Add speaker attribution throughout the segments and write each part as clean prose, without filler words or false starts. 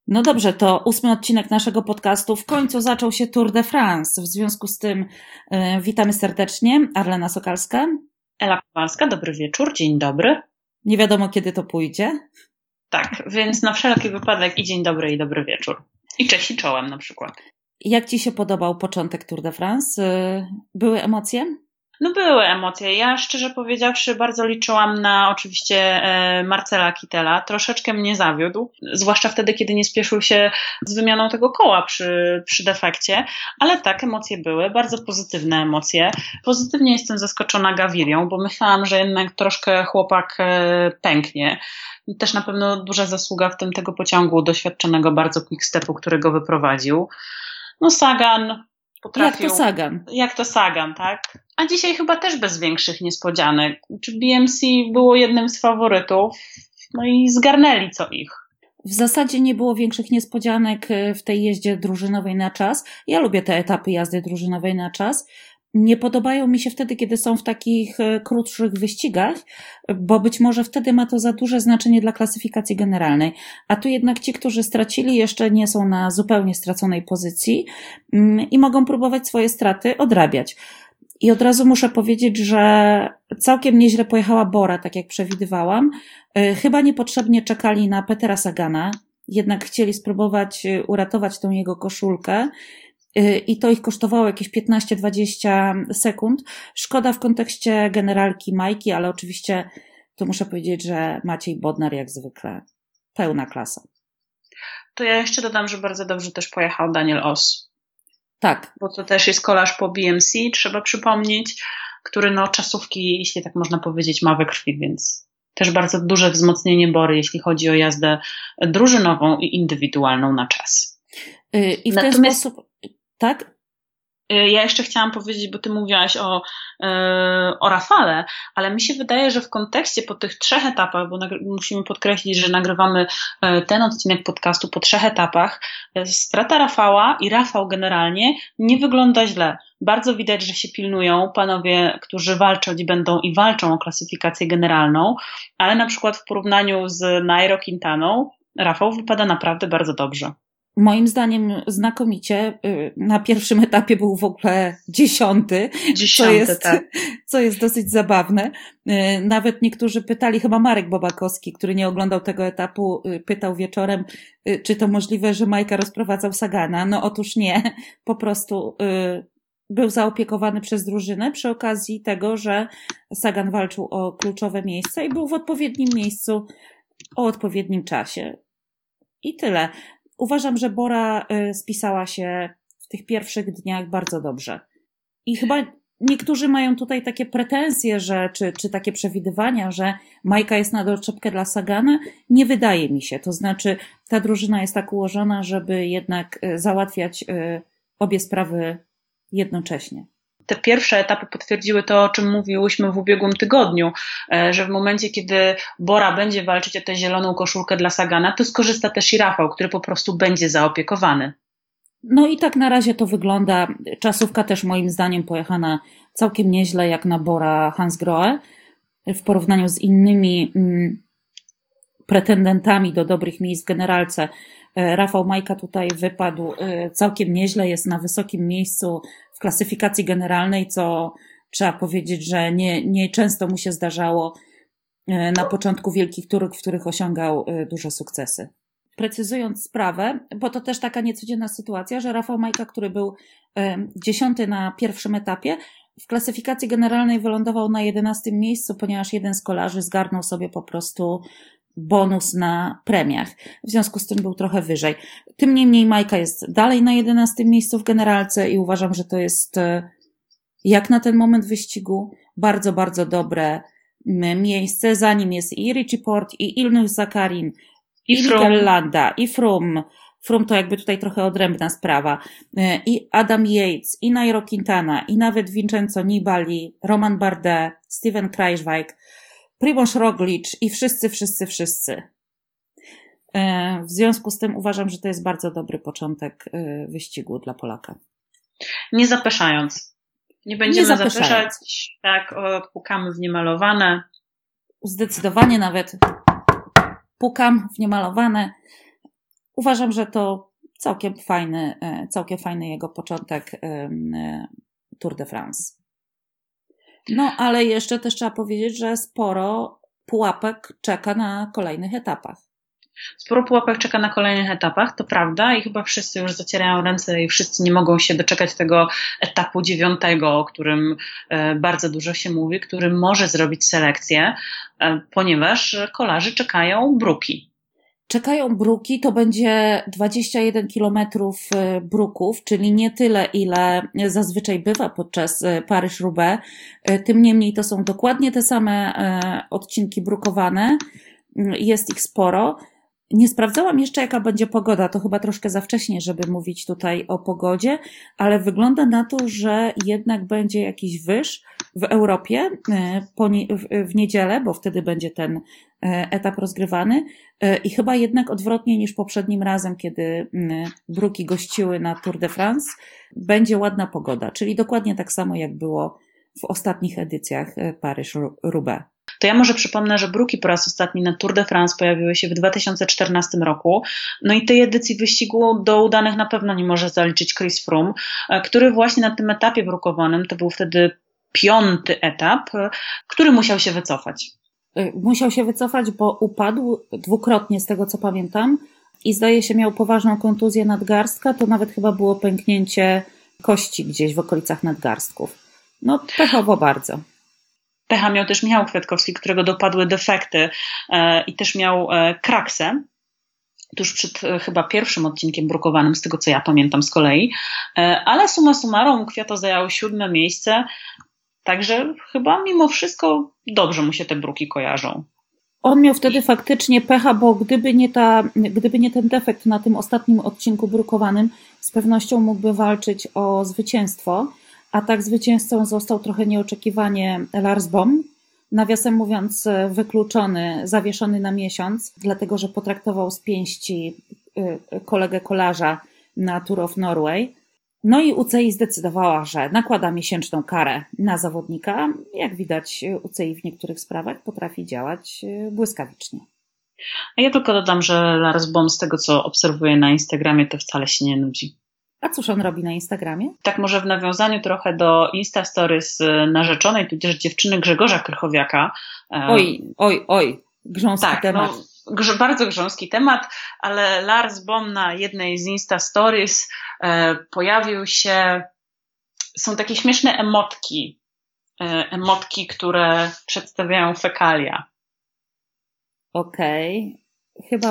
Speaker 1: No dobrze, to 8. odcinek naszego podcastu. W końcu zaczął się Tour de France. W związku z tym witamy serdecznie. Arlena Sokalska.
Speaker 2: Ela Kowalska, dobry wieczór, dzień dobry.
Speaker 1: Nie wiadomo, kiedy to pójdzie.
Speaker 2: Tak, więc na wszelki wypadek i dzień dobry, i dobry wieczór. I cześć i czołem na przykład.
Speaker 1: Jak Ci się podobał początek Tour de France? Były emocje?
Speaker 2: No były emocje. Ja szczerze powiedziawszy bardzo liczyłam na oczywiście Marcela Kittela. Troszeczkę mnie zawiódł, zwłaszcza wtedy, kiedy nie spieszył się z wymianą tego koła przy defekcie, ale tak, emocje były, bardzo pozytywne emocje. Pozytywnie jestem zaskoczona Gavirią, bo myślałam, że jednak troszkę chłopak pęknie. Też na pewno duża zasługa w tym tego pociągu doświadczonego bardzo quickstepu, który go wyprowadził. No Sagan potrafił... Jak to Sagan, tak? A dzisiaj chyba też bez większych niespodzianek. Czy BMC było jednym z faworytów, no i zgarnęli co ich.
Speaker 1: W zasadzie nie było większych niespodzianek w tej jeździe drużynowej na czas. Ja lubię te etapy jazdy drużynowej na czas. Nie podobają mi się wtedy, kiedy są w takich krótszych wyścigach, bo być może wtedy ma to za duże znaczenie dla klasyfikacji generalnej. A tu jednak ci, którzy stracili, jeszcze nie są na zupełnie straconej pozycji i mogą próbować swoje straty odrabiać. I od razu muszę powiedzieć, że całkiem nieźle pojechała Bora, tak jak przewidywałam. Chyba niepotrzebnie czekali na Petera Sagana, jednak chcieli spróbować uratować tą jego koszulkę i to ich kosztowało jakieś 15-20 sekund. Szkoda w kontekście generalki Majki, ale oczywiście tu muszę powiedzieć, że Maciej Bodnar jak zwykle pełna klasa.
Speaker 2: To ja jeszcze dodam, że bardzo dobrze też pojechał Daniel Oss.
Speaker 1: Tak.
Speaker 2: Bo to też jest kolarz po BMC, trzeba przypomnieć, który czasówki, jeśli tak można powiedzieć, ma we krwi, więc też bardzo duże wzmocnienie Bory, jeśli chodzi o jazdę drużynową i indywidualną na czas.
Speaker 1: I w ten sposób, tak?
Speaker 2: Ja jeszcze chciałam powiedzieć, bo ty mówiłaś o Rafale, ale mi się wydaje, że w kontekście po tych 3 etapach, bo musimy podkreślić, że nagrywamy ten odcinek podcastu po 3 etapach, strata Rafała i Rafał generalnie nie wygląda źle. Bardzo widać, że się pilnują panowie, którzy walczyć będą i walczą o klasyfikację generalną, ale na przykład w porównaniu z Nairo Quintaną Rafał wypada naprawdę bardzo dobrze.
Speaker 1: Moim zdaniem znakomicie. Na pierwszym etapie był w ogóle 10. Co jest dosyć zabawne. Nawet niektórzy pytali, chyba Marek Bobakowski, który nie oglądał tego etapu, pytał wieczorem, czy to możliwe, że Majka rozprowadzał Sagana. No otóż nie. Po prostu był zaopiekowany przez drużynę przy okazji tego, że Sagan walczył o kluczowe miejsce i był w odpowiednim miejscu o odpowiednim czasie. I tyle. Uważam, że Bora spisała się w tych pierwszych dniach bardzo dobrze. I chyba niektórzy mają tutaj takie pretensje, że, czy takie przewidywania, że Majka jest na doczepkę dla Sagana. Nie wydaje mi się. To znaczy, ta drużyna jest tak ułożona, żeby jednak załatwiać obie sprawy jednocześnie.
Speaker 2: Te pierwsze etapy potwierdziły to, o czym mówiłyśmy w ubiegłym tygodniu, że w momencie, kiedy Bora będzie walczyć o tę zieloną koszulkę dla Sagana, to skorzysta też i Rafał, który po prostu będzie zaopiekowany.
Speaker 1: No i tak na razie to wygląda. Czasówka też moim zdaniem pojechana całkiem nieźle, jak na Bora Hansgrohe. W porównaniu z innymi pretendentami do dobrych miejsc w generalce, Rafał Majka tutaj wypadł całkiem nieźle, jest na wysokim miejscu w klasyfikacji generalnej, co trzeba powiedzieć, że nie często mu się zdarzało na początku wielkich turów, w których osiągał duże sukcesy. Precyzując sprawę, bo to też taka niecodzienna sytuacja, że Rafał Majka, który był 10. na pierwszym etapie, w klasyfikacji generalnej wylądował na 11. miejscu, ponieważ jeden z kolarzy zgarnął sobie po prostu bonus na premiach. W związku z tym był trochę wyżej. Tym niemniej Majka jest dalej na 11. miejscu w generalce i uważam, że to jest jak na ten moment wyścigu bardzo, bardzo dobre miejsce. Za nim jest i Richie Porte, i Ilnur Zakarin, i Mikel Landa, i Froome. Froome to jakby tutaj trochę odrębna sprawa. I Adam Yates, i Nairo Quintana, i nawet Vincenzo Nibali, Romain Bardet, Steven Kruijswijk, Primož Roglič i wszyscy. W związku z tym uważam, że to jest bardzo dobry początek wyścigu dla Polaka.
Speaker 2: Nie zapeszając. Nie będziemy zapeszać. Tak, pukamy w niemalowane.
Speaker 1: Zdecydowanie nawet pukam w niemalowane. uważam, że to całkiem fajny jego początek Tour de France. No, ale jeszcze też trzeba powiedzieć, że sporo pułapek czeka na kolejnych etapach.
Speaker 2: Sporo pułapek czeka na kolejnych etapach, to prawda, i chyba wszyscy już zacierają ręce i wszyscy nie mogą się doczekać tego etapu 9, o którym bardzo dużo się mówi, który może zrobić selekcję, ponieważ kolarze czekają bruki.
Speaker 1: Czekają bruki, to będzie 21 kilometrów bruków, czyli nie tyle, ile zazwyczaj bywa podczas Paryż-Roubaix. Tym niemniej to są dokładnie te same odcinki brukowane. Jest ich sporo. Nie sprawdzałam jeszcze, jaka będzie pogoda. To chyba troszkę za wcześnie, żeby mówić tutaj o pogodzie, ale wygląda na to, że jednak będzie jakiś wyż w Europie w niedzielę, bo wtedy będzie ten etap rozgrywany i chyba jednak odwrotnie niż poprzednim razem, kiedy bruki gościły na Tour de France, będzie ładna pogoda, czyli dokładnie tak samo jak było w ostatnich edycjach Paryż-Roubaix.
Speaker 2: To ja może przypomnę, że bruki po raz ostatni na Tour de France pojawiły się w 2014 roku. No i tej edycji wyścigu do udanych na pewno nie może zaliczyć Chris Froome, który właśnie na tym etapie brukowanym, to był wtedy 5. etap, który musiał się wycofać.
Speaker 1: Musiał się wycofać, bo upadł dwukrotnie z tego, co pamiętam, i zdaje się miał poważną kontuzję nadgarstka, to nawet chyba było pęknięcie kości gdzieś w okolicach nadgarstków. No, pechowo bardzo.
Speaker 2: Pecha miał też Michał Kwiatkowski, którego dopadły defekty i też miał kraksę tuż przed chyba pierwszym odcinkiem brukowanym, z tego co ja pamiętam z kolei, ale summa summarum Kwiato zajął 7. miejsce, także chyba mimo wszystko dobrze mu się te bruki kojarzą.
Speaker 1: On miał wtedy faktycznie pecha, bo gdyby nie ten defekt na tym ostatnim odcinku brukowanym, z pewnością mógłby walczyć o zwycięstwo, a tak zwycięzcą został trochę nieoczekiwanie Lars Boom, nawiasem mówiąc wykluczony, zawieszony na miesiąc, dlatego że potraktował z pięści kolegę kolarza na Tour of Norway. No i UCI zdecydowała, że nakłada miesięczną karę na zawodnika. Jak widać, UCI w niektórych sprawach potrafi działać błyskawicznie.
Speaker 2: A ja tylko dodam, że Lars Boom, z tego co obserwuję na Instagramie, to wcale się nie nudzi.
Speaker 1: A cóż on robi na Instagramie?
Speaker 2: Tak może w nawiązaniu trochę do Insta Stories narzeczonej, tudzież dziewczyny Grzegorza Krychowiaka.
Speaker 1: Oj, grząski temat.
Speaker 2: No, bardzo grząski temat, ale Lars Boom na jednej z Insta Stories pojawił się, są takie śmieszne emotki, które przedstawiają fekalia.
Speaker 1: Okej. Chyba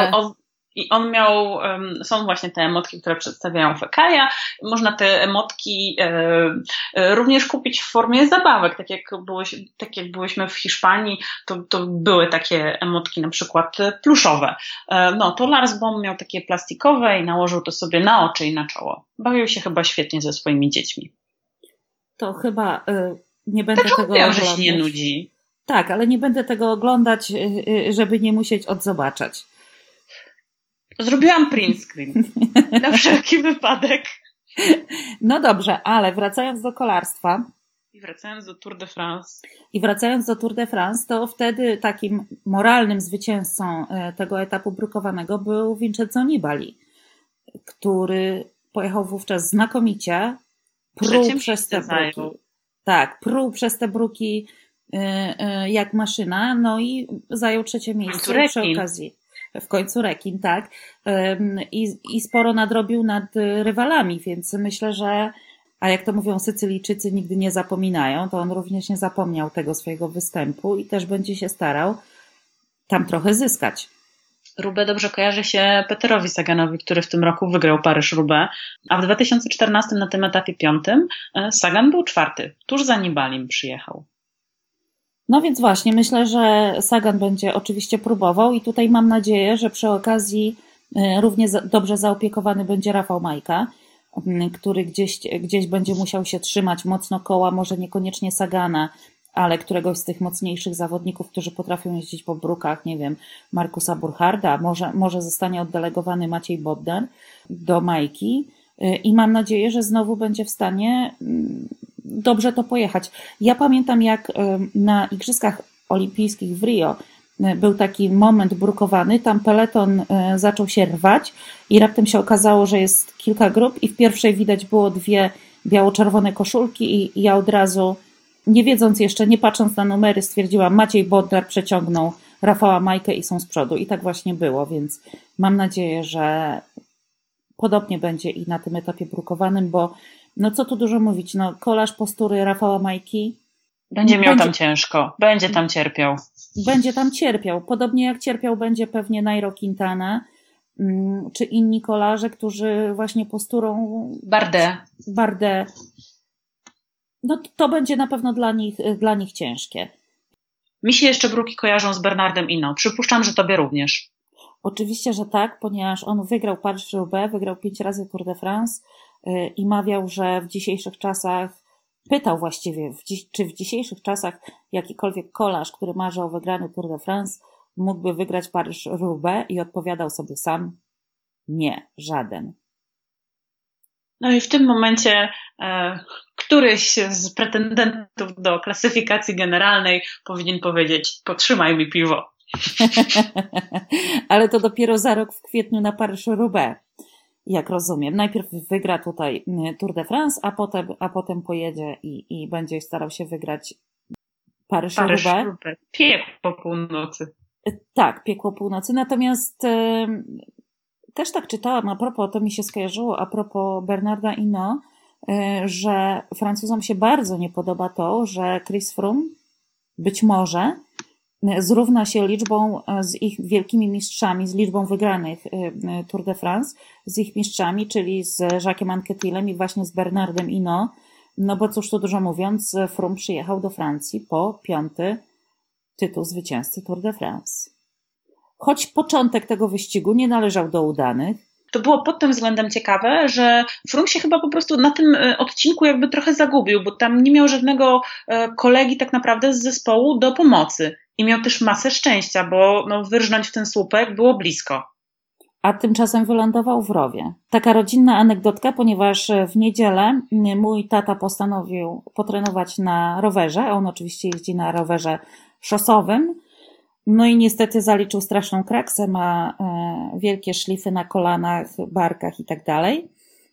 Speaker 2: są właśnie te emotki, które przedstawiają fekalia. Można te emotki również kupić w formie zabawek. Tak jak byłyśmy w Hiszpanii, to były takie emotki na przykład pluszowe. No to Lars Boom miał takie plastikowe i nałożył to sobie na oczy i na czoło. Bawił się chyba świetnie ze swoimi dziećmi.
Speaker 1: To chyba nie będę
Speaker 2: tak
Speaker 1: tego oglądać.
Speaker 2: Że się nie nudzi.
Speaker 1: Tak, ale nie będę tego oglądać, żeby nie musieć odzobaczać.
Speaker 2: Zrobiłam print screen. Na wszelki wypadek.
Speaker 1: No dobrze, ale wracając do kolarstwa.
Speaker 2: I wracając
Speaker 1: do Tour de France, to wtedy takim moralnym zwycięzcą tego etapu brukowanego był Vincenzo Nibali, który pojechał wówczas znakomicie, pruł przez te bruki jak maszyna, no i zajął 3. miejsce przy okazji. W końcu rekin, tak. I sporo nadrobił nad rywalami, więc myślę, że, a jak to mówią Sycylijczycy, nigdy nie zapominają, to on również nie zapomniał tego swojego występu i też będzie się starał tam trochę zyskać.
Speaker 2: Roubaix dobrze kojarzy się Peterowi Saganowi, który w tym roku wygrał Paryż-Roubaix, a w 2014 na tym etapie 5 Sagan był 4, tuż za Nibalim przyjechał.
Speaker 1: No więc właśnie, myślę, że Sagan będzie oczywiście próbował i tutaj mam nadzieję, że przy okazji równie dobrze zaopiekowany będzie Rafał Majka, który gdzieś będzie musiał się trzymać mocno koła, może niekoniecznie Sagana, ale któregoś z tych mocniejszych zawodników, którzy potrafią jeździć po brukach, nie wiem, Markusa Burcharda, może zostanie oddelegowany Maciej Bodnar do Majki i mam nadzieję, że znowu będzie w stanie dobrze to pojechać. Ja pamiętam, jak na Igrzyskach Olimpijskich w Rio był taki moment brukowany, tam peleton zaczął się rwać i raptem się okazało, że jest kilka grup i w pierwszej widać było 2 biało-czerwone koszulki i ja od razu, nie wiedząc jeszcze, nie patrząc na numery, stwierdziłam, Maciej Bodnar przeciągnął Rafała Majkę i są z przodu. I tak właśnie było, więc mam nadzieję, że podobnie będzie i na tym etapie brukowanym, bo no co tu dużo mówić, no kolarz postury Rafała Majki
Speaker 2: będzie miał tam ciężko, będzie tam cierpiał.
Speaker 1: Będzie tam cierpiał, podobnie jak cierpiał będzie pewnie Nairo Quintana, czy inni kolarze, którzy właśnie posturą Bardet, no to będzie na pewno dla nich ciężkie.
Speaker 2: Mi się jeszcze bruki kojarzą z Bernardem Hinault. Przypuszczam, że tobie również.
Speaker 1: Oczywiście, że tak, ponieważ on wygrał Paryż-Roubaix, wygrał 5 razy Tour de France i mawiał, że w dzisiejszych czasach, pytał właściwie, czy w dzisiejszych czasach jakikolwiek kolarz, który marzy o wygraniu Tour de France, mógłby wygrać Paryż-Roubaix i odpowiadał sobie sam, nie, żaden.
Speaker 2: No i w tym momencie któryś z pretendentów do klasyfikacji generalnej powinien powiedzieć, potrzymaj mi piwo.
Speaker 1: Ale to dopiero za rok w kwietniu na Paryż-Roubaix, jak rozumiem. Najpierw wygra tutaj Tour de France, a potem pojedzie i będzie starał się wygrać Paryż-Roubaix.
Speaker 2: Piekło północy.
Speaker 1: Tak, piekło północy. Natomiast też tak czytałam, a propos, to mi się skojarzyło, a propos Bernarda Hinault, że Francuzom się bardzo nie podoba to, że Chris Froome być może zrówna się liczbą z ich wielkimi mistrzami, z liczbą wygranych Tour de France, z ich mistrzami, czyli z Jacquesem Anquetilem i właśnie z Bernardem Hinault. No bo cóż tu dużo mówiąc, Froome przyjechał do Francji po 5. tytuł zwycięzcy Tour de France. Choć początek tego wyścigu nie należał do udanych.
Speaker 2: To było pod tym względem ciekawe, że Froome się chyba po prostu na tym odcinku jakby trochę zagubił, bo tam nie miał żadnego kolegi tak naprawdę z zespołu do pomocy. I miał też masę szczęścia, bo wyrżnąć w ten słupek było blisko.
Speaker 1: A tymczasem wylądował w rowie. Taka rodzinna anegdotka, ponieważ w niedzielę mój tata postanowił potrenować na rowerze, a on oczywiście jeździ na rowerze szosowym. No i niestety zaliczył straszną kraksę, ma wielkie szlify na kolanach, barkach i tak dalej.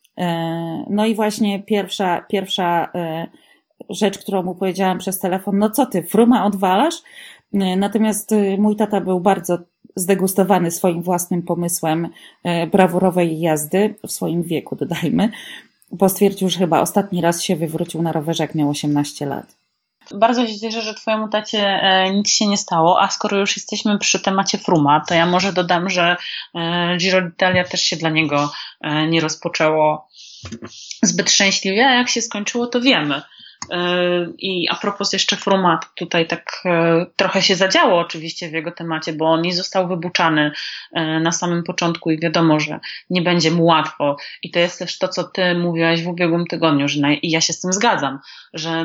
Speaker 1: No i właśnie pierwsza rzecz, którą mu powiedziałam przez telefon, no co ty, Frooma odwalasz? Natomiast mój tata był bardzo zdegustowany swoim własnym pomysłem brawurowej jazdy, w swoim wieku dodajmy, bo stwierdził, że chyba ostatni raz się wywrócił na rowerze, jak miał 18 lat.
Speaker 2: Bardzo się cieszę, że twojemu tacie nic się nie stało, a skoro już jesteśmy przy temacie Frooma, to ja może dodam, że Giro d'Italia też się dla niego nie rozpoczęło zbyt szczęśliwie, a jak się skończyło, to wiemy. I a propos jeszcze Frooma, tutaj tak trochę się zadziało oczywiście w jego temacie, bo on nie został wybuczany na samym początku i wiadomo, że nie będzie mu łatwo. I to jest też to, co ty mówiłaś w ubiegłym tygodniu, i ja się z tym zgadzam, że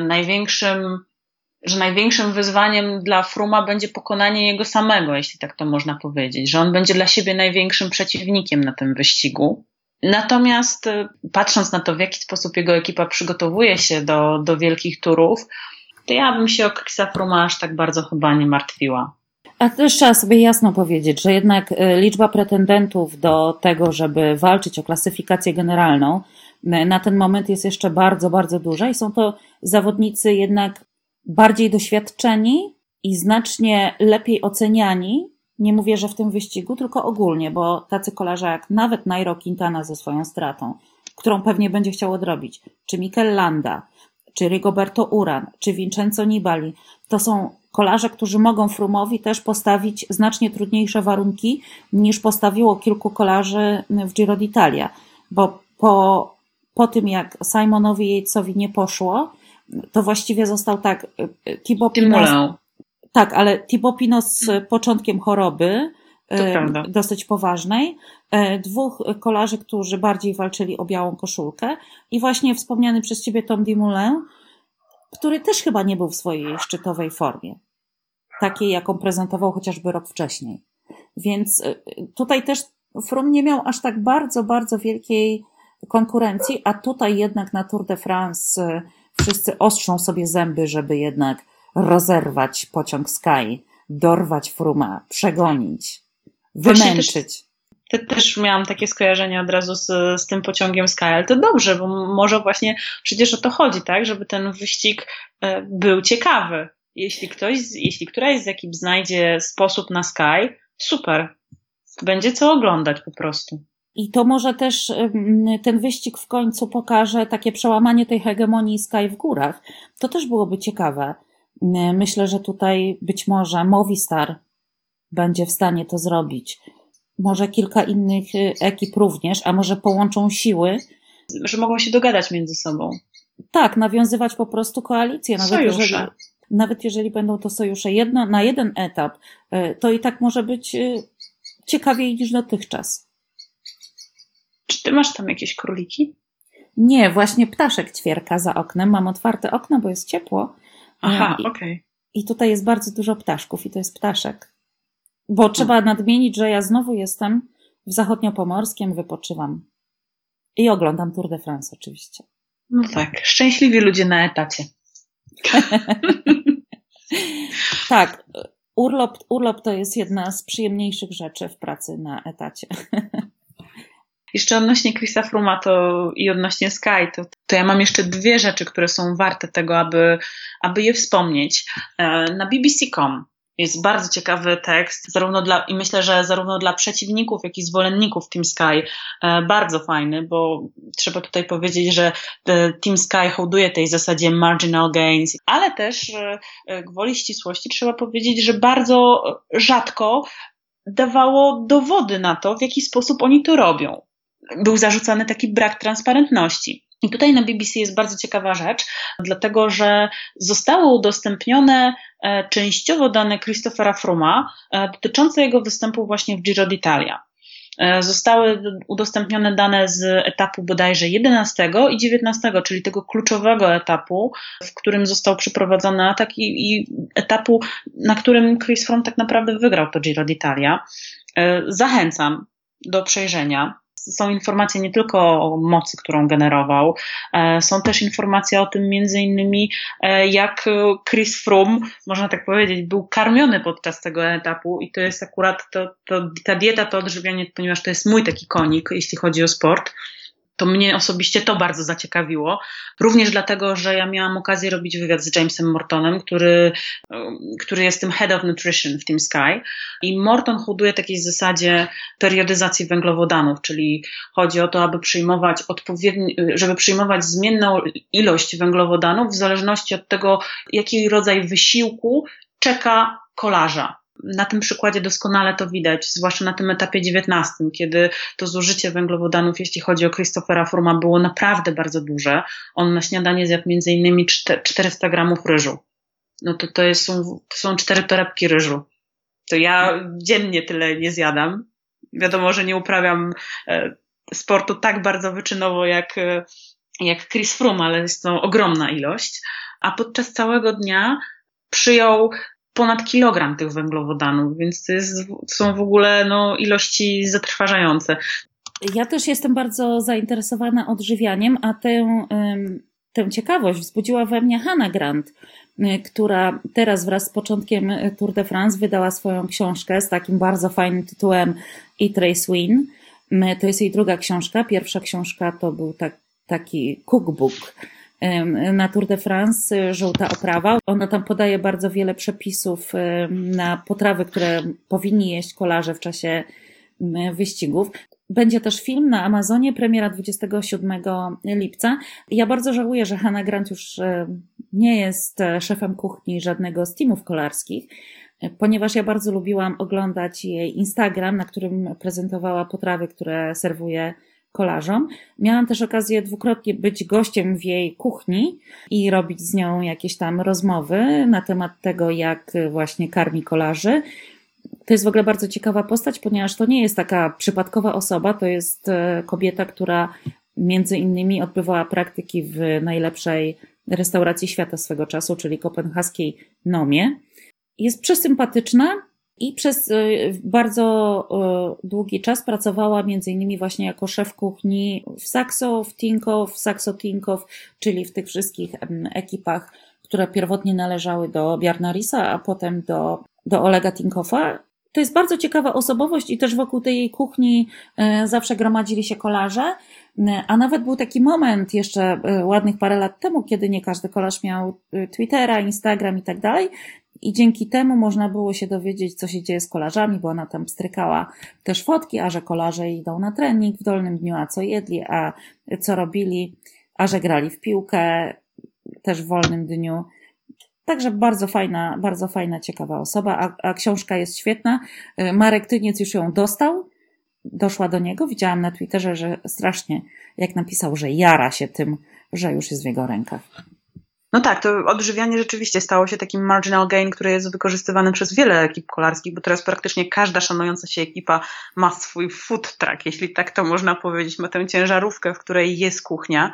Speaker 2: największym wyzwaniem dla Frooma będzie pokonanie jego samego, jeśli tak to można powiedzieć, że on będzie dla siebie największym przeciwnikiem na tym wyścigu. Natomiast patrząc na to, w jaki sposób jego ekipa przygotowuje się do wielkich turów, to ja bym się o Chrisa Frooma aż tak bardzo chyba nie martwiła.
Speaker 1: A też trzeba sobie jasno powiedzieć, że jednak liczba pretendentów do tego, żeby walczyć o klasyfikację generalną, na ten moment jest jeszcze bardzo, bardzo duża i są to zawodnicy jednak bardziej doświadczeni i znacznie lepiej oceniani. Nie mówię, że w tym wyścigu, tylko ogólnie, bo tacy kolarze jak nawet Nairo Quintana ze swoją stratą, którą pewnie będzie chciał odrobić, czy Mikel Landa, czy Rigoberto Uran, czy Vincenzo Nibali, to są kolarze, którzy mogą Froome'owi też postawić znacznie trudniejsze warunki niż postawiło kilku kolarzy w Giro d'Italia, bo po tym jak Simonowi Yatesowi nie poszło, to właściwie został tak Thibaut Pinot. Tak, ale Thibaut Pinot z początkiem choroby, dosyć poważnej, 2 kolarzy, którzy bardziej walczyli o białą koszulkę i właśnie wspomniany przez ciebie Tom Dumoulin, który też chyba nie był w swojej szczytowej formie, takiej jaką prezentował chociażby rok wcześniej. Więc tutaj też Froome nie miał aż tak bardzo, bardzo wielkiej konkurencji, a tutaj jednak na Tour de France wszyscy ostrzą sobie zęby, żeby jednak rozerwać pociąg Sky dorwać Frooma, przegonić, wymęczyć.
Speaker 2: Też miałam takie skojarzenie od razu z tym pociągiem Sky, ale to dobrze, bo może właśnie przecież o to chodzi, tak, żeby ten wyścig był ciekawy. Jeśli któraś z ekip znajdzie sposób na Sky, super. Będzie co oglądać po prostu.
Speaker 1: I to może też ten wyścig w końcu pokaże takie przełamanie tej hegemonii Sky w górach. To też byłoby ciekawe. Myślę, że tutaj być może Movistar będzie w stanie to zrobić. Może kilka innych ekip również, a może połączą siły.
Speaker 2: Że mogą się dogadać między sobą.
Speaker 1: Tak, nawiązywać po prostu koalicje. Nawet jeżeli będą to sojusze na jeden etap, to i tak może być ciekawiej niż dotychczas.
Speaker 2: Czy ty masz tam jakieś króliki?
Speaker 1: Nie, właśnie ptaszek ćwierka za oknem. Mam otwarte okno, bo jest ciepło.
Speaker 2: Aha, okej.
Speaker 1: I tutaj jest bardzo dużo ptaszków i to jest ptaszek. Bo trzeba nadmienić, że ja znowu jestem w zachodniopomorskiem, wypoczywam. I oglądam Tour de France oczywiście.
Speaker 2: No tak, szczęśliwi ludzie na etacie.
Speaker 1: Tak, urlop to jest jedna z przyjemniejszych rzeczy w pracy na etacie.
Speaker 2: Jeszcze odnośnie Chrisa Frooma i odnośnie Sky, to ja mam jeszcze dwie rzeczy, które są warte tego, aby je wspomnieć. Na BBC.com jest bardzo ciekawy tekst, i myślę, że zarówno dla przeciwników, jak i zwolenników Team Sky bardzo fajny, bo trzeba tutaj powiedzieć, że Team Sky hołduje tej zasadzie marginal gains, ale też gwoli ścisłości trzeba powiedzieć, że bardzo rzadko dawało dowody na to, w jaki sposób oni to robią. Był zarzucany taki brak transparentności. I tutaj na BBC jest bardzo ciekawa rzecz, dlatego że zostały udostępnione częściowo dane Christophera Frooma dotyczące jego występu właśnie w Giro d'Italia. Zostały udostępnione dane z etapu bodajże 11 i 19, czyli tego kluczowego etapu, w którym został przeprowadzony atak i etapu, na którym Chris Froome tak naprawdę wygrał to Giro d'Italia. Zachęcam do przejrzenia. Są informacje nie tylko o mocy, którą generował, są też informacje o tym między innymi, jak Chris Froome, można tak powiedzieć, był karmiony podczas tego etapu i to jest akurat ta dieta, to odżywianie, ponieważ to jest mój taki konik, jeśli chodzi o sport. To mnie osobiście to bardzo zaciekawiło. Również dlatego, że ja miałam okazję robić wywiad z Jamesem Mortonem, który jest tym Head of Nutrition w Team Sky. I Morton hołduje takiej zasadzie periodyzacji węglowodanów, czyli chodzi o to, żeby przyjmować zmienną ilość węglowodanów w zależności od tego, jaki rodzaj wysiłku czeka kolarza. Na tym przykładzie doskonale to widać, zwłaszcza na tym etapie 19, kiedy to zużycie węglowodanów, jeśli chodzi o Christophera Frooma, było naprawdę bardzo duże. On na śniadanie zjadł między innymi 400 gramów ryżu. No to są 4 torebki ryżu. To ja dziennie tyle nie zjadam. Wiadomo, że nie uprawiam sportu tak bardzo wyczynowo jak Chris Froome, ale jest to ogromna ilość. A podczas całego dnia przyjął ponad kilogram tych węglowodanów, więc to są w ogóle ilości zatrważające.
Speaker 1: Ja też jestem bardzo zainteresowana odżywianiem, a tę ciekawość wzbudziła we mnie Hannah Grant, która teraz wraz z początkiem Tour de France wydała swoją książkę z takim bardzo fajnym tytułem Eat, Race, Win. To jest jej druga książka. Pierwsza książka to był taki cookbook na Tour de France, żółta oprawa. Ona tam podaje bardzo wiele przepisów na potrawy, które powinni jeść kolarze w czasie wyścigów. Będzie też film na Amazonie, premiera 27 lipca. Ja bardzo żałuję, że Hannah Grant już nie jest szefem kuchni żadnego z teamów kolarskich, ponieważ ja bardzo lubiłam oglądać jej Instagram, na którym prezentowała potrawy, które serwuje kolarzom. Miałam też okazję dwukrotnie być gościem w jej kuchni i robić z nią jakieś tam rozmowy na temat tego, jak właśnie karmi kolarzy. To jest w ogóle bardzo ciekawa postać, ponieważ to nie jest taka przypadkowa osoba, to jest kobieta, która między innymi odbywała praktyki w najlepszej restauracji świata swego czasu, czyli kopenhaskiej Nomie. Jest przesympatyczna i przez bardzo długi czas pracowała między innymi właśnie jako szef kuchni w Saxo Tinkoff, czyli w tych wszystkich ekipach, które pierwotnie należały do Bjarna Risa, a potem do do Olega Tinkoffa. To jest bardzo ciekawa osobowość i też wokół tej kuchni zawsze gromadzili się kolarze, a nawet był taki moment jeszcze ładnych parę lat temu, kiedy nie każdy kolarz miał Twittera, Instagram i tak dalej. I dzięki temu można było się dowiedzieć, co się dzieje z kolarzami, bo ona tam strykała też fotki, a że kolarze idą na trening w Dolnym Dniu, a co jedli, a co robili, a że grali w piłkę też w wolnym dniu. Także bardzo fajna, ciekawa osoba, a książka jest świetna. Marek Tyniec już ją dostał, doszła do niego. Widziałam na Twitterze, że strasznie, jak napisał, że jara się tym, że już jest w jego rękach.
Speaker 2: No tak, to odżywianie rzeczywiście stało się takim marginal gain, który jest wykorzystywany przez wiele ekip kolarskich, bo teraz praktycznie każda szanująca się ekipa ma swój food truck, jeśli tak to można powiedzieć, ma tę ciężarówkę, w której jest kuchnia.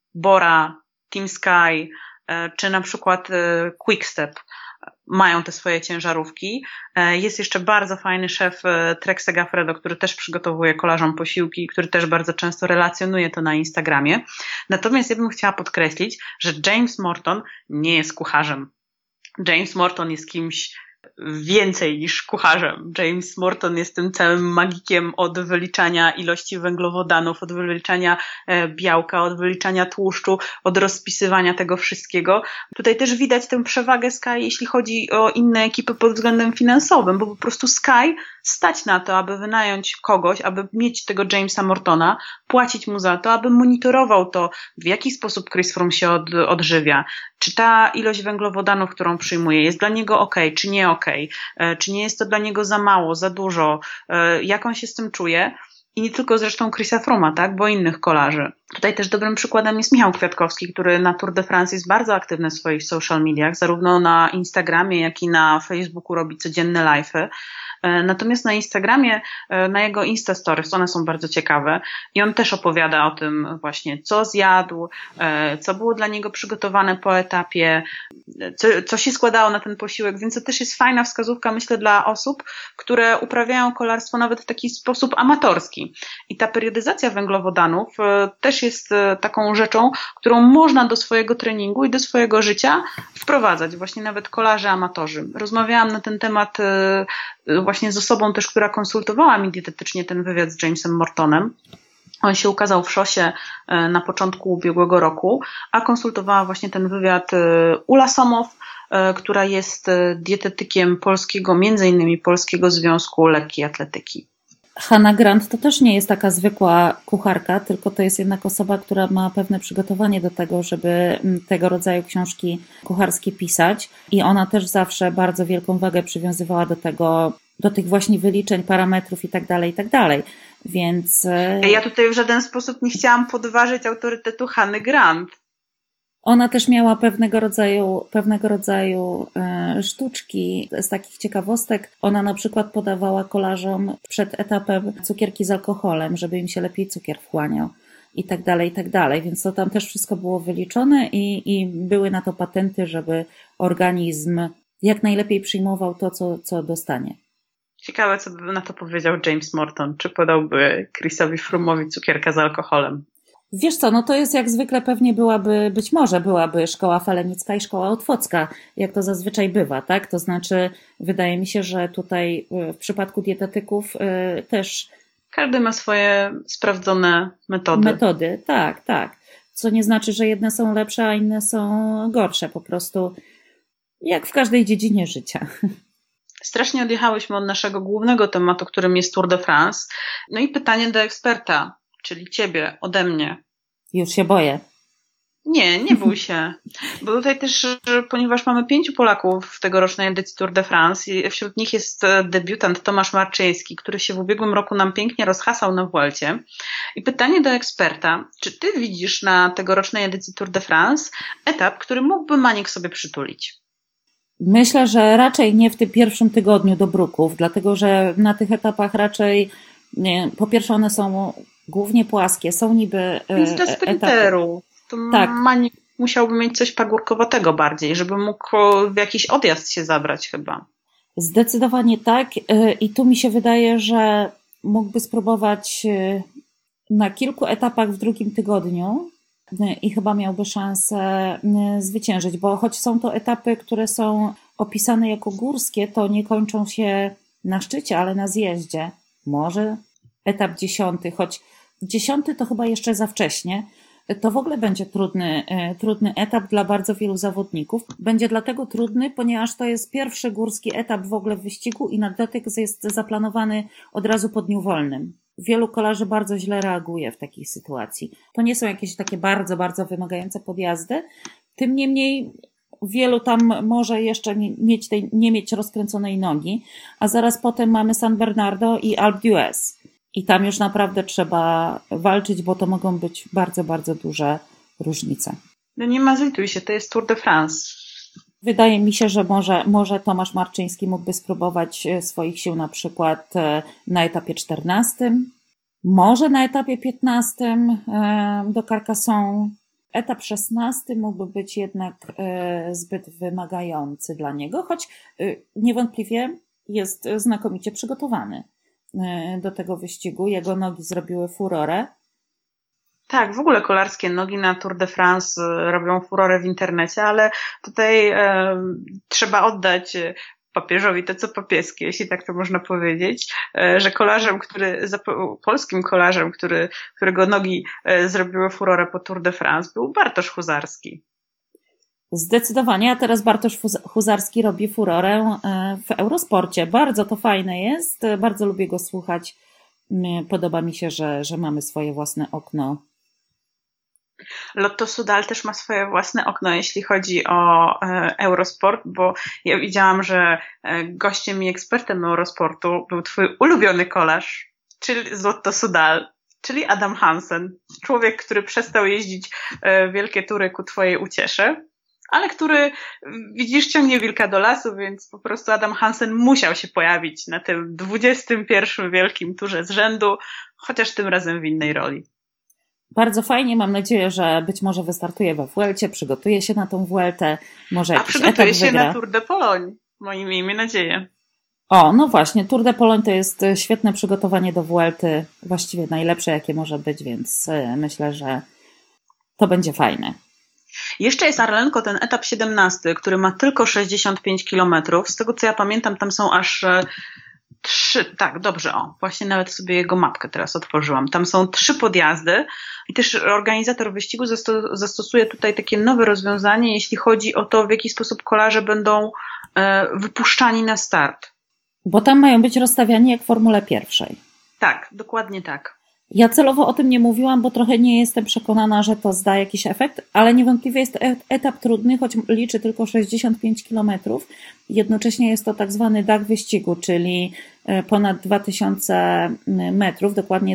Speaker 2: Bora, Team Sky, czy na przykład Quickstep mają te swoje ciężarówki. Jest jeszcze bardzo fajny szef Trek Segafredo, który też przygotowuje kolarzom posiłki, który też bardzo często relacjonuje to na Instagramie. Natomiast ja bym chciała podkreślić, że James Morton nie jest kucharzem. James Morton jest kimś więcej niż kucharzem. James Morton jest tym całym magikiem od wyliczania ilości węglowodanów, od wyliczania białka, od wyliczania tłuszczu, od rozpisywania tego wszystkiego. Tutaj też widać tę przewagę Sky, jeśli chodzi o inne ekipy pod względem finansowym, bo po prostu Sky stać na to, aby wynająć kogoś, aby mieć tego Jamesa Mortona, płacić mu za to, aby monitorował to, w jaki sposób Chris Froome się odżywia. Czy ta ilość węglowodanów, którą przyjmuje, jest dla niego okej, czy nie okej, czy nie jest to dla niego za mało, za dużo, jak on się z tym czuje. I nie tylko zresztą Chrisa Froome'a, tak, bo innych kolarzy. Tutaj też dobrym przykładem jest Michał Kwiatkowski, który na Tour de France jest bardzo aktywny w swoich social mediach, zarówno na Instagramie, jak i na Facebooku robi codzienne live'y. Natomiast na Instagramie, na jego Insta Stories, one są bardzo ciekawe i on też opowiada o tym właśnie, co zjadł, co było dla niego przygotowane po etapie, co się składało na ten posiłek, więc to też jest fajna wskazówka, myślę, dla osób, które uprawiają kolarstwo nawet w taki sposób amatorski. I ta periodyzacja węglowodanów też jest taką rzeczą, którą można do swojego treningu i do swojego życia wprowadzać, właśnie nawet kolarze amatorzy. Rozmawiałam na ten temat właśnie z osobą też, która konsultowała mi dietetycznie ten wywiad z Jamesem Mortonem. On się ukazał w Szosie na początku ubiegłego roku, a konsultowała właśnie ten wywiad Ula Somow, która jest dietetykiem polskiego, między innymi Polskiego Związku Lekkiej Atletyki.
Speaker 1: Hannah Grant to też nie jest taka zwykła kucharka, tylko to jest jednak osoba, która ma pewne przygotowanie do tego, żeby tego rodzaju książki kucharskie pisać i ona też zawsze bardzo wielką wagę przywiązywała do tego, do tych właśnie wyliczeń, parametrów i tak dalej, więc...
Speaker 2: Ja tutaj w żaden sposób nie chciałam podważyć autorytetu Hannah Grant.
Speaker 1: Ona też miała pewnego rodzaju sztuczki z takich ciekawostek. Ona na przykład podawała kolarzom przed etapem cukierki z alkoholem, żeby im się lepiej cukier wchłaniał i tak dalej. Więc to tam też wszystko było wyliczone i były na to patenty, żeby organizm jak najlepiej przyjmował to, co dostanie.
Speaker 2: Ciekawe, co by na to powiedział James Morton. Czy podałby Chrisowi Froome'owi cukierka z alkoholem?
Speaker 1: Wiesz co, no to jest jak zwykle pewnie być może byłaby szkoła falenicka i szkoła otwocka, jak to zazwyczaj bywa, tak? To znaczy, wydaje mi się, że tutaj w przypadku dietetyków też...
Speaker 2: Każdy ma swoje sprawdzone metody.
Speaker 1: Metody, tak. Co nie znaczy, że jedne są lepsze, a inne są gorsze. Po prostu jak w każdej dziedzinie życia.
Speaker 2: Strasznie odjechałyśmy od naszego głównego tematu, którym jest Tour de France. No i pytanie do eksperta, czyli ciebie, ode mnie.
Speaker 1: Już się boję.
Speaker 2: Nie bój się. Bo tutaj też, ponieważ mamy 5 Polaków w tegorocznej edycji Tour de France i wśród nich jest debiutant Tomasz Marczyński, który się w ubiegłym roku nam pięknie rozhasał na Vuelcie. I pytanie do eksperta, czy ty widzisz na tegorocznej edycji Tour de France etap, który mógłby Maniek sobie przytulić?
Speaker 1: Myślę, że raczej nie w tym pierwszym tygodniu do Bruków, dlatego że na tych etapach raczej, po pierwsze one są głównie płaskie, są niby
Speaker 2: Więc do sprinteru. To
Speaker 1: tak.
Speaker 2: Maniek musiałby mieć coś pagórkowatego bardziej, żeby mógł w jakiś odjazd się zabrać chyba.
Speaker 1: Zdecydowanie tak i tu mi się wydaje, że mógłby spróbować na kilku etapach w drugim tygodniu i chyba miałby szansę zwyciężyć, bo choć są to etapy, które są opisane jako górskie, to nie kończą się na szczycie, ale na zjeździe. Może etap 10, choć 10 to chyba jeszcze za wcześnie. To w ogóle będzie trudny etap dla bardzo wielu zawodników. Będzie dlatego trudny, ponieważ to jest pierwszy górski etap w ogóle w wyścigu i na dotyk jest zaplanowany od razu po dniu wolnym. Wielu kolarzy bardzo źle reaguje w takiej sytuacji. To nie są jakieś takie bardzo, bardzo wymagające podjazdy. Tym niemniej wielu tam może jeszcze nie mieć rozkręconej nogi, a zaraz potem mamy San Bernardo i Alpe d'Huez. I tam już naprawdę trzeba walczyć, bo to mogą być bardzo, bardzo duże różnice.
Speaker 2: No nie mazlituj się, to jest Tour de France.
Speaker 1: Wydaje mi się, że może Tomasz Marczyński mógłby spróbować swoich sił na przykład na etapie 14, może na etapie 15 do Carcassonne. Etap 16 mógłby być jednak zbyt wymagający dla niego, choć niewątpliwie jest znakomicie przygotowany do tego wyścigu. Jego nogi zrobiły furorę.
Speaker 2: Tak, w ogóle kolarskie nogi na Tour de France robią furorę w internecie, ale tutaj trzeba oddać papieżowi to, co papieskie, jeśli tak to można powiedzieć, że polskim kolarzem, którego nogi zrobiły furorę po Tour de France, był Bartosz Huzarski.
Speaker 1: Zdecydowanie, a teraz Bartosz Huzarski robi furorę w Eurosporcie. Bardzo to fajne jest, bardzo lubię go słuchać. Podoba mi się, że mamy swoje własne okno.
Speaker 2: Lotto Soudal też ma swoje własne okno, jeśli chodzi o Eurosport, bo ja widziałam, że gościem i ekspertem Eurosportu był twój ulubiony kolarz, czyli z Lotto Soudal, czyli Adam Hansen. Człowiek, który przestał jeździć wielkie tury ku twojej uciesze, ale który, widzisz, ciągnie wilka do lasu, więc po prostu Adam Hansen musiał się pojawić na tym 21. wielkim turze z rzędu, chociaż tym razem w innej roli.
Speaker 1: Bardzo fajnie, mam nadzieję, że być może wystartuje we Vuelcie, przygotuje się na tą Vueltę, może jakiś etap wygra. A przygotuje się
Speaker 2: na Tour de Pologne, miejmy nadzieję.
Speaker 1: O, no właśnie, Tour de Pologne to jest świetne przygotowanie do Vuelty, właściwie najlepsze jakie może być, więc myślę, że to będzie fajne.
Speaker 2: Jeszcze jest, Arlenko, ten etap 17, który ma tylko 65 kilometrów. Z tego, co ja pamiętam, tam są aż 3, tak, dobrze, właśnie nawet sobie jego mapkę teraz otworzyłam. Tam są 3 podjazdy i też organizator wyścigu zastosuje tutaj takie nowe rozwiązanie, jeśli chodzi o to, w jaki sposób kolarze będą wypuszczani na start.
Speaker 1: Bo tam mają być rozstawiani jak w Formule 1.
Speaker 2: Tak, dokładnie tak.
Speaker 1: Ja celowo o tym nie mówiłam, bo trochę nie jestem przekonana, że to zda jakiś efekt, ale niewątpliwie jest etap trudny, choć liczy tylko 65 kilometrów. Jednocześnie jest to tak zwany dach wyścigu, czyli ponad 2000 metrów, dokładnie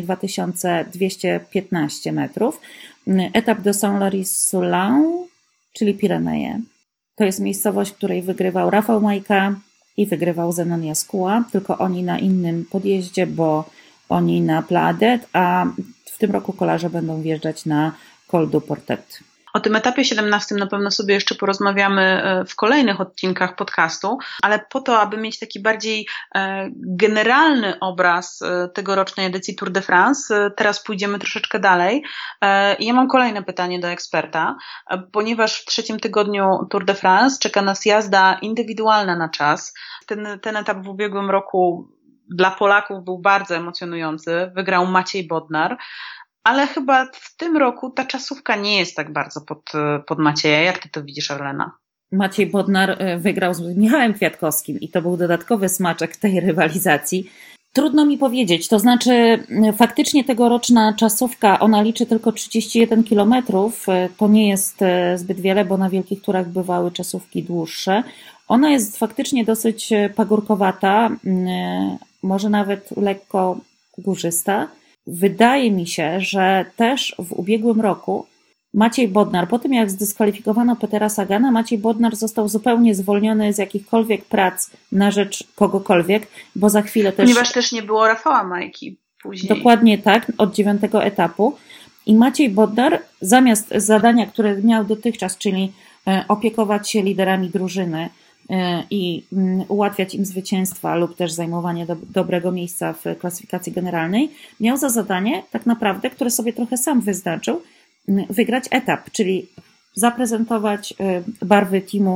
Speaker 1: 2215 metrów. Etap do Saint-Lary-Soulan, czyli Pireneje. To jest miejscowość, w której wygrywał Rafał Majka i wygrywał Zenon Jaskuła, tylko oni na innym podjeździe, bo oni na Pladet, a w tym roku kolarze będą wjeżdżać na Col du Portet.
Speaker 2: O tym etapie 17 na pewno sobie jeszcze porozmawiamy w kolejnych odcinkach podcastu, ale po to, aby mieć taki bardziej generalny obraz tegorocznej edycji Tour de France, teraz pójdziemy troszeczkę dalej. Ja mam kolejne pytanie do eksperta, ponieważ w 3. tygodniu Tour de France czeka nas jazda indywidualna na czas. Ten etap w ubiegłym roku dla Polaków był bardzo emocjonujący. Wygrał Maciej Bodnar, ale chyba w tym roku ta czasówka nie jest tak bardzo pod Macieja. Jak ty to widzisz, Arlena?
Speaker 1: Maciej Bodnar wygrał z Michałem Kwiatkowskim i to był dodatkowy smaczek tej rywalizacji. Trudno mi powiedzieć, to znaczy faktycznie tegoroczna czasówka, ona liczy tylko 31 kilometrów. To nie jest zbyt wiele, bo na wielkich turach bywały czasówki dłuższe. Ona jest faktycznie dosyć pagórkowata, może nawet lekko górzysta. Wydaje mi się, że też w ubiegłym roku Maciej Bodnar, po tym jak zdyskwalifikowano Petera Sagana, Maciej Bodnar został zupełnie zwolniony z jakichkolwiek prac na rzecz kogokolwiek, bo za chwilę też...
Speaker 2: Ponieważ też nie było Rafała Majki później.
Speaker 1: Dokładnie tak, od 9. etapu. I Maciej Bodnar zamiast zadania, które miał dotychczas, czyli opiekować się liderami drużyny i ułatwiać im zwycięstwa lub też zajmowanie dobrego miejsca w klasyfikacji generalnej, miał za zadanie tak naprawdę, które sobie trochę sam wyznaczył, wygrać etap, czyli zaprezentować barwy teamu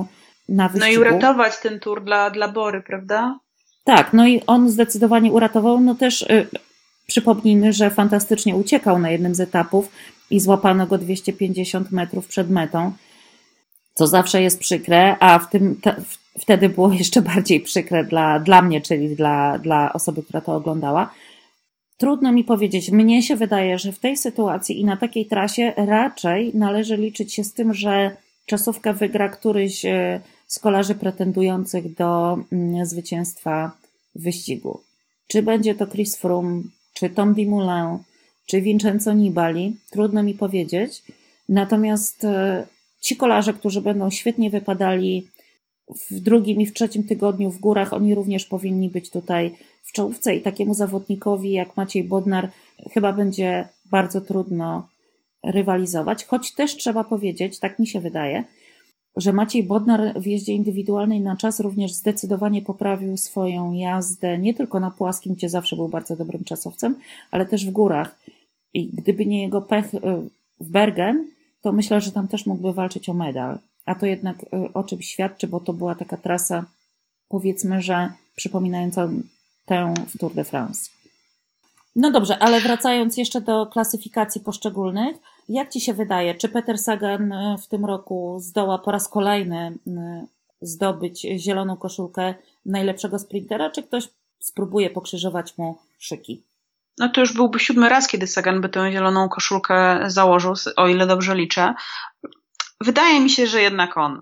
Speaker 1: na wyścigu.
Speaker 2: No i uratować ten tour dla Bory, prawda?
Speaker 1: Tak, no i on zdecydowanie uratował, no też przypomnijmy, że fantastycznie uciekał na jednym z etapów i złapano go 250 metrów przed metą, co zawsze jest przykre, a wtedy było jeszcze bardziej przykre dla mnie, czyli dla osoby, która to oglądała. Trudno mi powiedzieć. Mnie się wydaje, że w tej sytuacji i na takiej trasie raczej należy liczyć się z tym, że czasówkę wygra któryś z kolarzy pretendujących do zwycięstwa wyścigu. Czy będzie to Chris Froome, czy Tom Dumoulin, czy Vincenzo Nibali, trudno mi powiedzieć. Natomiast ci kolarze, którzy będą świetnie wypadali w drugim i w trzecim tygodniu w górach, oni również powinni być tutaj w czołówce i takiemu zawodnikowi jak Maciej Bodnar chyba będzie bardzo trudno rywalizować, choć też trzeba powiedzieć, tak mi się wydaje, że Maciej Bodnar w jeździe indywidualnej na czas również zdecydowanie poprawił swoją jazdę, nie tylko na płaskim, gdzie zawsze był bardzo dobrym czasowcem, ale też w górach. I gdyby nie jego pech w Bergen, to myślę, że tam też mógłby walczyć o medal. A to jednak o czym świadczy, bo to była taka trasa, powiedzmy, że przypominająca tę w Tour de France. No dobrze, ale wracając jeszcze do klasyfikacji poszczególnych, jak Ci się wydaje, czy Peter Sagan w tym roku zdoła po raz kolejny zdobyć zieloną koszulkę najlepszego sprintera, czy ktoś spróbuje pokrzyżować mu szyki?
Speaker 2: No to już byłby 7. raz, kiedy Sagan by tę zieloną koszulkę założył, o ile dobrze liczę. Wydaje mi się, że jednak on.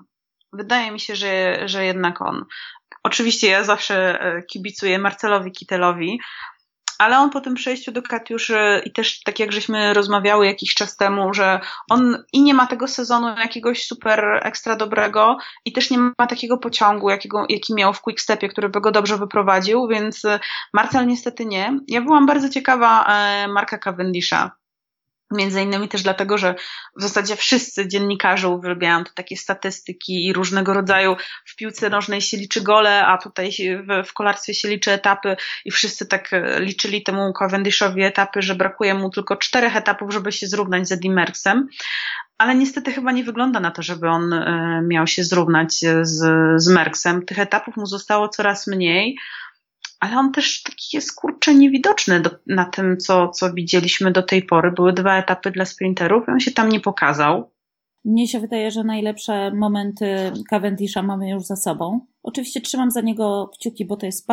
Speaker 2: Że jednak on. Oczywiście ja zawsze kibicuję Marcelowi Kittelowi, ale on po tym przejściu do Katiuszy i też tak jak żeśmy rozmawiały jakiś czas temu, że on i nie ma tego sezonu jakiegoś super ekstra dobrego i też nie ma takiego pociągu, jaki miał w Quickstepie, który by go dobrze wyprowadził, więc Marcel niestety nie. Ja byłam bardzo ciekawa Marka Cavendisha. Między innymi też dlatego, że w zasadzie wszyscy dziennikarze uwielbiają te takie statystyki i różnego rodzaju w piłce nożnej się liczy gole, a tutaj w kolarstwie się liczy etapy i wszyscy tak liczyli temu Cavendishowi etapy, że brakuje mu tylko 4 etapów, żeby się zrównać z Eddy Merckxem. Ale niestety chyba nie wygląda na to, żeby on miał się zrównać z Merckxem. Tych etapów mu zostało coraz mniej. Ale on też taki jest, kurczę, niewidoczny na tym, co widzieliśmy do tej pory. Były 2 etapy dla sprinterów i on się tam nie pokazał.
Speaker 1: Mnie się wydaje, że najlepsze momenty Cavendisha mamy już za sobą. Oczywiście trzymam za niego kciuki, bo to jest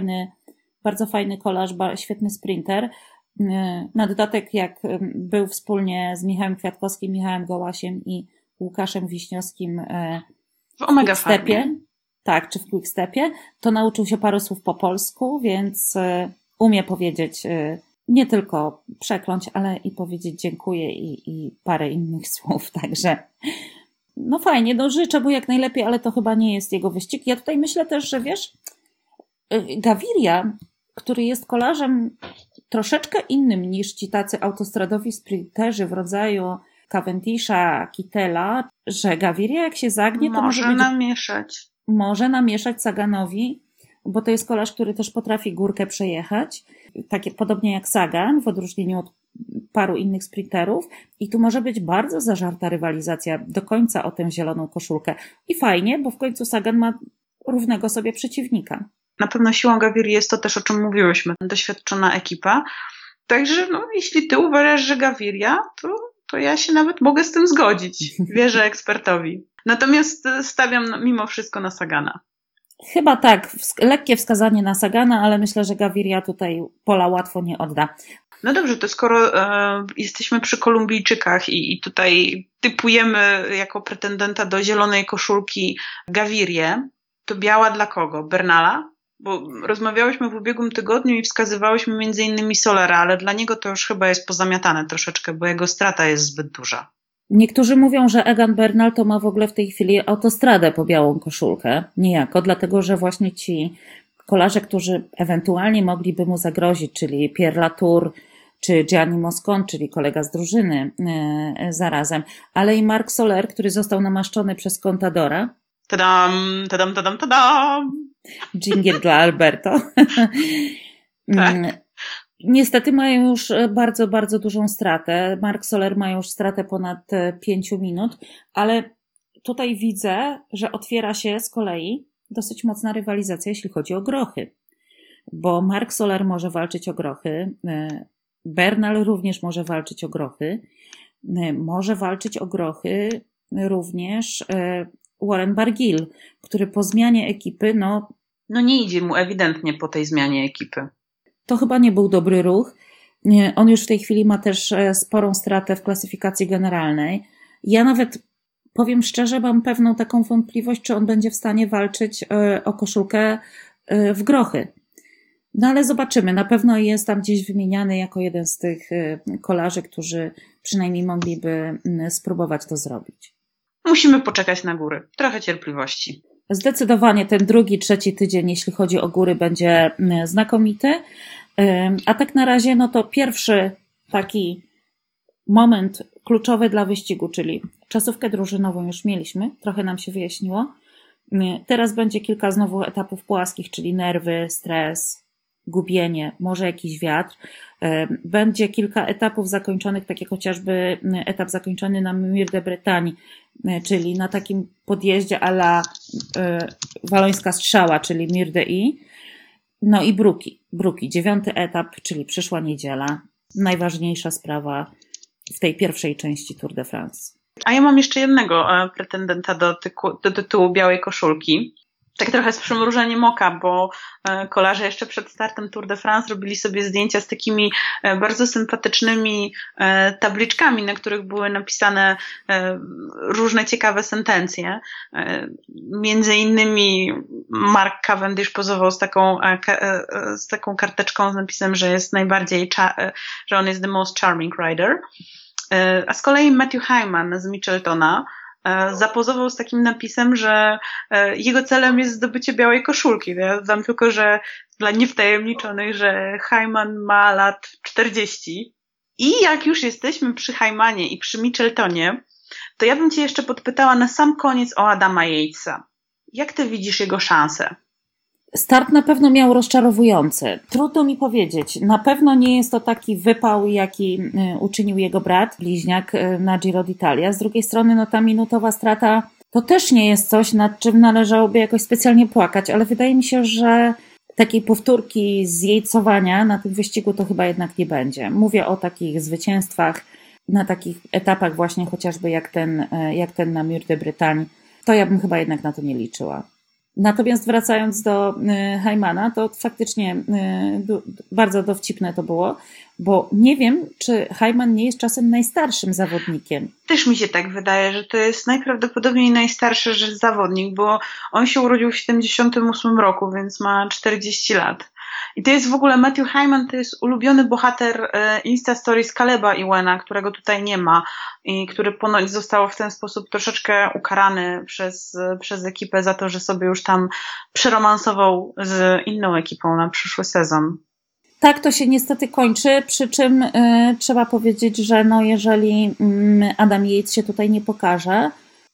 Speaker 1: bardzo fajny kolarz, świetny sprinter. Na dodatek, jak był wspólnie z Michałem Kwiatkowskim, Michałem Gołasiem i Łukaszem Wiśniowskim
Speaker 2: w Omega Farmie.
Speaker 1: Tak, czy w Quickstepie, to nauczył się paru słów po polsku, więc umie powiedzieć nie tylko przekląć, ale i powiedzieć dziękuję i parę innych słów, także no fajnie, no życzę mu jak najlepiej, ale to chyba nie jest jego wyścig. Ja tutaj myślę też, że wiesz, Gaviria, który jest kolarzem troszeczkę innym niż ci tacy autostradowi sprinterzy w rodzaju Cavendisha, Kittela, że Gaviria jak się zagnie, to może namieszać Saganowi, bo to jest kolarz, który też potrafi górkę przejechać, podobnie jak Sagan, w odróżnieniu od paru innych sprinterów i tu może być bardzo zażarta rywalizacja do końca o tę zieloną koszulkę. I fajnie, bo w końcu Sagan ma równego sobie przeciwnika.
Speaker 2: Na pewno siłą Gavirii jest to też, o czym mówiłyśmy, doświadczona ekipa. Także jeśli ty uważasz, że Gaviria, to ja się nawet mogę z tym zgodzić. Wierzę ekspertowi. Natomiast stawiam mimo wszystko na Sagana.
Speaker 1: Chyba tak, lekkie wskazanie na Sagana, ale myślę, że Gaviria tutaj pola łatwo nie odda.
Speaker 2: No dobrze, to skoro jesteśmy przy Kolumbijczykach i tutaj typujemy jako pretendenta do zielonej koszulki Gavirię, to biała dla kogo? Bernala? Bo rozmawiałyśmy w ubiegłym tygodniu i wskazywałyśmy między innymi Solera, ale dla niego to już chyba jest pozamiatane troszeczkę, bo jego strata jest zbyt duża.
Speaker 1: Niektórzy mówią, że Egan Bernal to ma w ogóle w tej chwili autostradę po białą koszulkę, niejako, dlatego że właśnie ci kolarze, którzy ewentualnie mogliby mu zagrozić, czyli Pierre Latour czy Gianni Moscon, czyli kolega z drużyny zarazem, ale i Marc Soler, który został namaszczony przez Contadora.
Speaker 2: Tadam, tadam, tadam, tadam!
Speaker 1: Dżingiel dla Alberto.
Speaker 2: Tak.
Speaker 1: Niestety mają już bardzo, bardzo dużą stratę. Marc Soler ma już stratę ponad 5 minut, ale tutaj widzę, że otwiera się z kolei dosyć mocna rywalizacja, jeśli chodzi o grochy. Bo Marc Soler może walczyć o grochy, Bernal również może walczyć o grochy, może walczyć o grochy również Warren Barguil, który po zmianie ekipy, no
Speaker 2: nie idzie mu ewidentnie po tej zmianie ekipy.
Speaker 1: To chyba nie był dobry ruch. On już w tej chwili ma też sporą stratę w klasyfikacji generalnej. Ja nawet, powiem szczerze, mam pewną taką wątpliwość, czy on będzie w stanie walczyć o koszulkę w grochy. No ale zobaczymy. Na pewno jest tam gdzieś wymieniany jako jeden z tych kolarzy, którzy przynajmniej mogliby spróbować to zrobić.
Speaker 2: Musimy poczekać na góry. Trochę cierpliwości.
Speaker 1: Zdecydowanie ten drugi, trzeci tydzień, jeśli chodzi o góry, będzie znakomity. A tak na razie, no to pierwszy taki moment kluczowy dla wyścigu, czyli czasówkę drużynową już mieliśmy, trochę nam się wyjaśniło. Teraz będzie kilka znowu etapów płaskich, czyli nerwy, stres, gubienie, może jakiś wiatr. Będzie kilka etapów zakończonych, tak jak chociażby etap zakończony na Mur de Bretagne, czyli na takim podjeździe à la walońska strzała, czyli Mur de I. No i Bruki, 9. etap, czyli przyszła niedziela. Najważniejsza sprawa w tej pierwszej części Tour de France.
Speaker 2: A ja mam jeszcze jednego pretendenta do tytułu białej koszulki. Tak trochę z przymrużeniem oka, bo kolarze jeszcze przed startem Tour de France robili sobie zdjęcia z takimi bardzo sympatycznymi tabliczkami, na których były napisane różne ciekawe sentencje. Między innymi Mark Cavendish pozował z taką karteczką z napisem, że jest że on jest the most charming rider. A z kolei Matthew Hyman z Mitcheltona zapozował z takim napisem, że jego celem jest zdobycie białej koszulki. Ja dodam tylko, że dla niewtajemniczonych, że Hyman ma lat 40. I jak już jesteśmy przy Hymanie i przy Mitcheltonie, to ja bym cię jeszcze podpytała na sam koniec o Adama Yatesa. Jak ty widzisz jego szanse?
Speaker 1: Start na pewno miał rozczarowujący. Trudno mi powiedzieć. Na pewno nie jest to taki wypał, jaki uczynił jego brat, bliźniak na Giro d'Italia. Z drugiej strony, no ta minutowa strata to też nie jest coś, nad czym należałoby jakoś specjalnie płakać, ale wydaje mi się, że takiej powtórki zjejcowania na tym wyścigu to chyba jednak nie będzie. Mówię o takich zwycięstwach na takich etapach właśnie chociażby jak ten na Mur de Bretagne. To ja bym chyba jednak na to nie liczyła. Natomiast wracając do Hymana, to faktycznie bardzo dowcipne to było, bo nie wiem, czy Hyman nie jest czasem najstarszym zawodnikiem.
Speaker 2: Też mi się tak wydaje, że to jest najprawdopodobniej najstarszy zawodnik, bo on się urodził w 78 roku, więc ma 40 lat. I to jest w ogóle Matthew Hyman, to jest ulubiony bohater Insta Stories Caleba Ewena, którego tutaj nie ma i który ponoć został w ten sposób troszeczkę ukarany przez ekipę za to, że sobie już tam przeromansował z inną ekipą na przyszły sezon.
Speaker 1: Tak to się niestety kończy, przy czym trzeba powiedzieć, że no jeżeli Adam Yates się tutaj nie pokaże,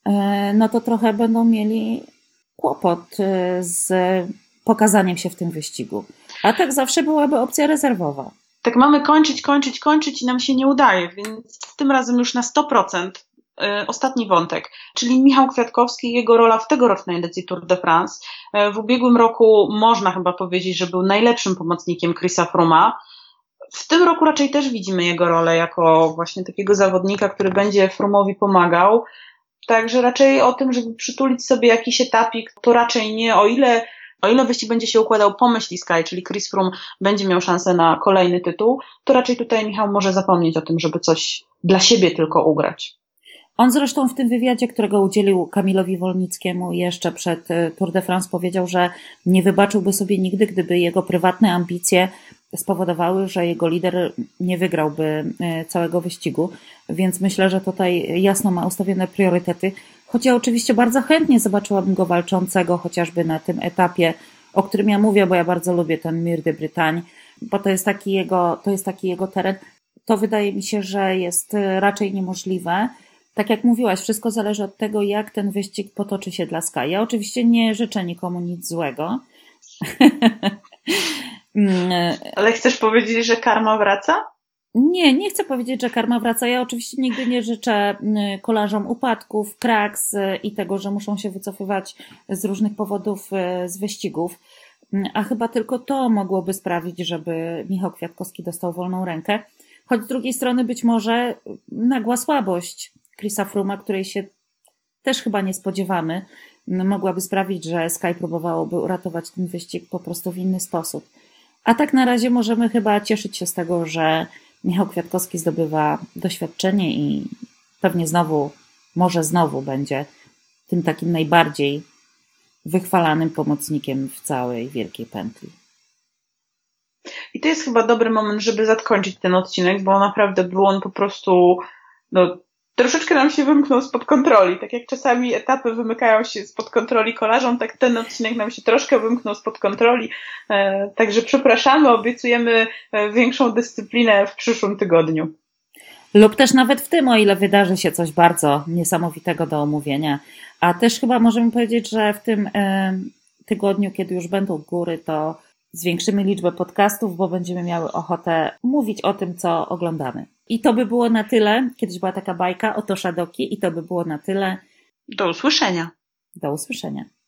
Speaker 1: no to trochę będą mieli kłopot z pokazaniem się w tym wyścigu. A tak zawsze byłaby opcja rezerwowa.
Speaker 2: Tak mamy kończyć i nam się nie udaje, więc tym razem już na 100% ostatni wątek, czyli Michał Kwiatkowski i jego rola w tegorocznej edycji Tour de France. W ubiegłym roku można chyba powiedzieć, że był najlepszym pomocnikiem Chrisa Froome'a. W tym roku raczej też widzimy jego rolę jako właśnie takiego zawodnika, który będzie Froome'owi pomagał. Także raczej o tym, żeby przytulić sobie jakiś etapik, to raczej nie, o ile wyścig będzie się układał po myśli Sky, czyli Chris Froome będzie miał szansę na kolejny tytuł, to raczej tutaj Michał może zapomnieć o tym, żeby coś dla siebie tylko ugrać.
Speaker 1: On zresztą w tym wywiadzie, którego udzielił Kamilowi Wolnickiemu jeszcze przed Tour de France, powiedział, że nie wybaczyłby sobie nigdy, gdyby jego prywatne ambicje spowodowały, że jego lider nie wygrałby całego wyścigu, więc myślę, że tutaj jasno ma ustawione priorytety, choć ja oczywiście bardzo chętnie zobaczyłabym go walczącego chociażby na tym etapie, o którym ja mówię, bo ja bardzo lubię ten Mur de Bretagne, bo to jest taki jego teren. To wydaje mi się, że jest raczej niemożliwe. Tak jak mówiłaś, wszystko zależy od tego, jak ten wyścig potoczy się dla Sky. Ja oczywiście nie życzę nikomu nic złego.
Speaker 2: Ale chcesz powiedzieć, że karma wraca?
Speaker 1: Nie chcę powiedzieć, że karma wraca. Ja oczywiście nigdy nie życzę kolarzom upadków, kraks i tego, że muszą się wycofywać z różnych powodów z wyścigów. A chyba tylko to mogłoby sprawić, żeby Michał Kwiatkowski dostał wolną rękę. Choć z drugiej strony być może nagła słabość Chrisa Frooma, której się też chyba nie spodziewamy, mogłaby sprawić, że Sky próbowałoby uratować ten wyścig po prostu w inny sposób. A tak na razie możemy chyba cieszyć się z tego, że Michał Kwiatkowski zdobywa doświadczenie i pewnie może znowu będzie tym takim najbardziej wychwalanym pomocnikiem w całej wielkiej pętli.
Speaker 2: I to jest chyba dobry moment, żeby zakończyć ten odcinek, bo naprawdę był on po prostu, troszeczkę nam się wymknął spod kontroli. Tak jak czasami etapy wymykają się spod kontroli kolarzom, tak ten odcinek nam się troszkę wymknął spod kontroli. Także przepraszamy, obiecujemy większą dyscyplinę w przyszłym tygodniu.
Speaker 1: Lub też nawet w tym, o ile wydarzy się coś bardzo niesamowitego do omówienia. A też chyba możemy powiedzieć, że w tym tygodniu, kiedy już będą góry, to zwiększymy liczbę podcastów, bo będziemy miały ochotę mówić o tym, co oglądamy. I to by było na tyle. Kiedyś była taka bajka o Toshadoki i to by było na tyle.
Speaker 2: Do usłyszenia.
Speaker 1: Do usłyszenia.